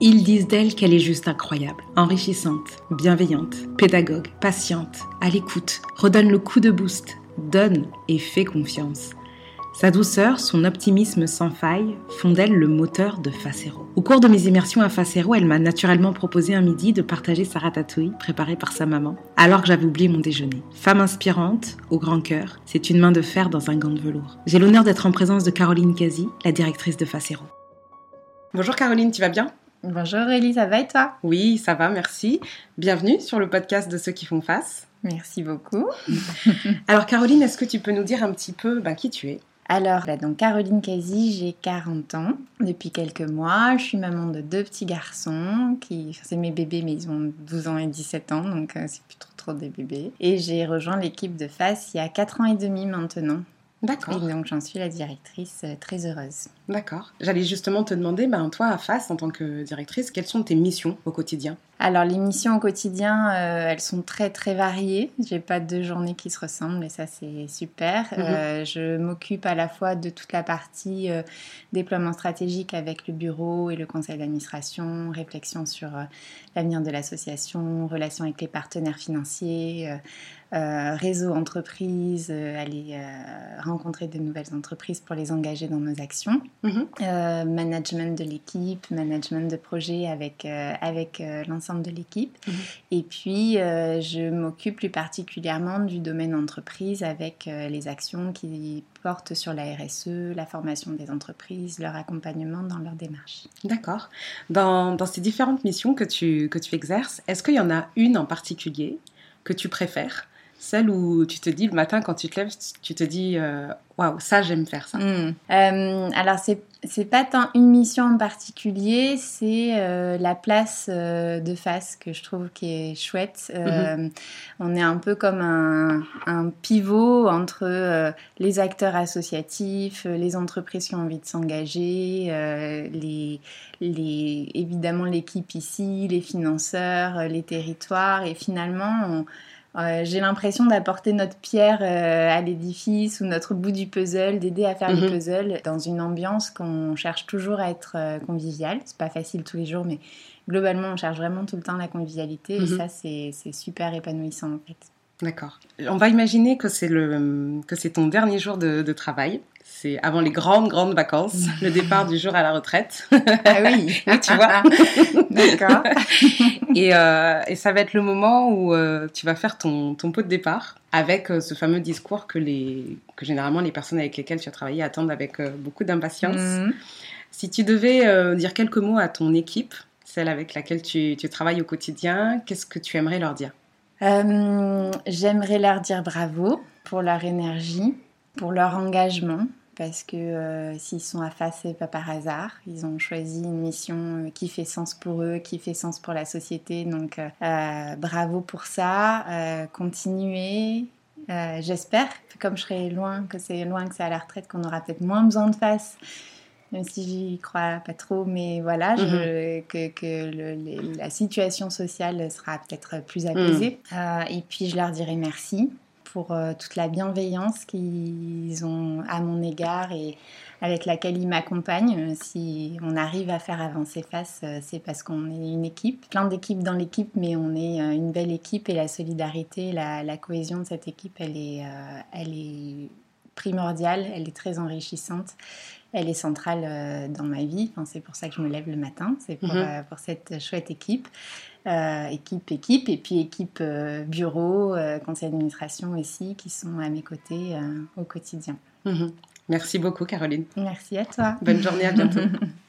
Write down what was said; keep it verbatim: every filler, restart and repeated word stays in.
Ils disent d'elle qu'elle est juste incroyable, enrichissante, bienveillante, pédagogue, patiente, à l'écoute, redonne le coup de boost, donne et fait confiance. Sa douceur, son optimisme sans faille font d'elle le moteur de Facero. Au cours de mes immersions à Facero, elle m'a naturellement proposé un midi de partager sa ratatouille préparée par sa maman, alors que j'avais oublié mon déjeuner. Femme inspirante, au grand cœur, c'est une main de fer dans un gant de velours. J'ai l'honneur d'être en présence de Caroline Casi, la directrice de Facero. Bonjour Caroline, tu vas bien ? Bonjour Aurélie, ça va et toi ? Oui, ça va, merci. Bienvenue sur le podcast de Ceux qui font face. Merci beaucoup. Alors Caroline, est-ce que tu peux nous dire un petit peu ben, qui tu es ? Alors, là, donc Caroline Casi, j'ai quarante ans depuis quelques mois. Je suis maman de deux petits garçons, qui, enfin, c'est mes bébés, mais ils ont douze ans et dix-sept ans, donc euh, c'est plus trop, trop des bébés. Et j'ai rejoint l'équipe de Face il y a quatre ans et demi maintenant. D'accord. Et donc j'en suis la directrice, euh, très heureuse. D'accord. J'allais justement te demander, ben, toi à Face, en tant que directrice, quelles sont tes missions au quotidien ? Alors les missions au quotidien, euh, elles sont très très variées. J'ai pas deux journées qui se ressemblent et ça c'est super. Mmh. Euh, je m'occupe à la fois de toute la partie euh, déploiement stratégique avec le bureau et le conseil d'administration, réflexion sur euh, l'avenir de l'association, relations avec les partenaires financiers, euh, euh, réseau entreprise, euh, aller euh, rencontrer de nouvelles entreprises pour les engager dans nos actions, mmh. euh, management de l'équipe, management de projet avec, euh, avec euh, l'ensemble de l'équipe. Mmh. Et puis, euh, je m'occupe plus particulièrement du domaine entreprise avec euh, les actions qui portent sur la R S E, la formation des entreprises, leur accompagnement dans leur démarche. D'accord. Dans, dans ces différentes missions que tu, que tu exerces, est-ce qu'il y en a une en particulier que tu préfères ? Celle où tu te dis le matin quand tu te lèves, tu te dis euh, waouh, ça j'aime faire ça. Mmh. Euh, alors c'est c'est pas tant une mission en particulier, c'est euh, la place euh, de Face que je trouve qui est chouette. Euh, mmh. On est un peu comme un, un pivot entre euh, les acteurs associatifs, les entreprises qui ont envie de s'engager, euh, les, les, évidemment l'équipe ici, les financeurs, les territoires, et finalement on Euh, j'ai l'impression d'apporter notre pierre euh, à l'édifice ou notre bout du puzzle, d'aider à faire mmh. le puzzle dans une ambiance qu'on cherche toujours à être euh, conviviale. C'est pas facile tous les jours, mais globalement, on cherche vraiment tout le temps la convivialité mmh. et ça, c'est, c'est super épanouissant en fait. D'accord. On va imaginer que c'est, le, que c'est ton dernier jour de, de travail. C'est avant les grandes, grandes vacances, le départ du jour à la retraite. Ah oui, oui, tu vois. D'accord. Et, euh, et ça va être le moment où euh, tu vas faire ton, ton pot de départ avec euh, ce fameux discours que, les, que généralement les personnes avec lesquelles tu as travaillé attendent avec euh, beaucoup d'impatience. Mmh. Si tu devais euh, dire quelques mots à ton équipe, celle avec laquelle tu, tu travailles au quotidien, qu'est-ce que tu aimerais leur dire ? euh, J'aimerais leur dire bravo pour leur énergie, pour leur engagement. Parce que euh, s'ils sont à Face, c'est pas par hasard. Ils ont choisi une mission euh, qui fait sens pour eux, qui fait sens pour la société. Donc, euh, bravo pour ça. Euh, continuez. Euh, j'espère, comme je serai loin, que c'est loin, que c'est à la retraite, qu'on aura peut-être moins besoin de Face. Même si j'y crois pas trop, mais voilà, je, mm-hmm. que, que le, les, la situation sociale sera peut-être plus apaisée. Mm. Euh, et puis, je leur dirai merci pour euh, toute la bienveillance qu'ils ont à mon égard et avec laquelle ils m'accompagnent. Si on arrive à faire avancer Face, c'est parce qu'on est une équipe, plein d'équipes dans l'équipe, mais on est une belle équipe et la solidarité, la, la cohésion de cette équipe, elle est, euh, elle est primordiale, elle est très enrichissante. Elle est centrale euh, dans ma vie, enfin, c'est pour ça que je me lève le matin, c'est pour, mm-hmm. euh, pour cette chouette équipe. Euh, équipe, équipe, et puis équipe euh, bureau, euh, conseil d'administration aussi, qui sont à mes côtés euh, au quotidien. Mm-hmm. Merci beaucoup Caroline. Merci à toi. Bonne journée, à bientôt.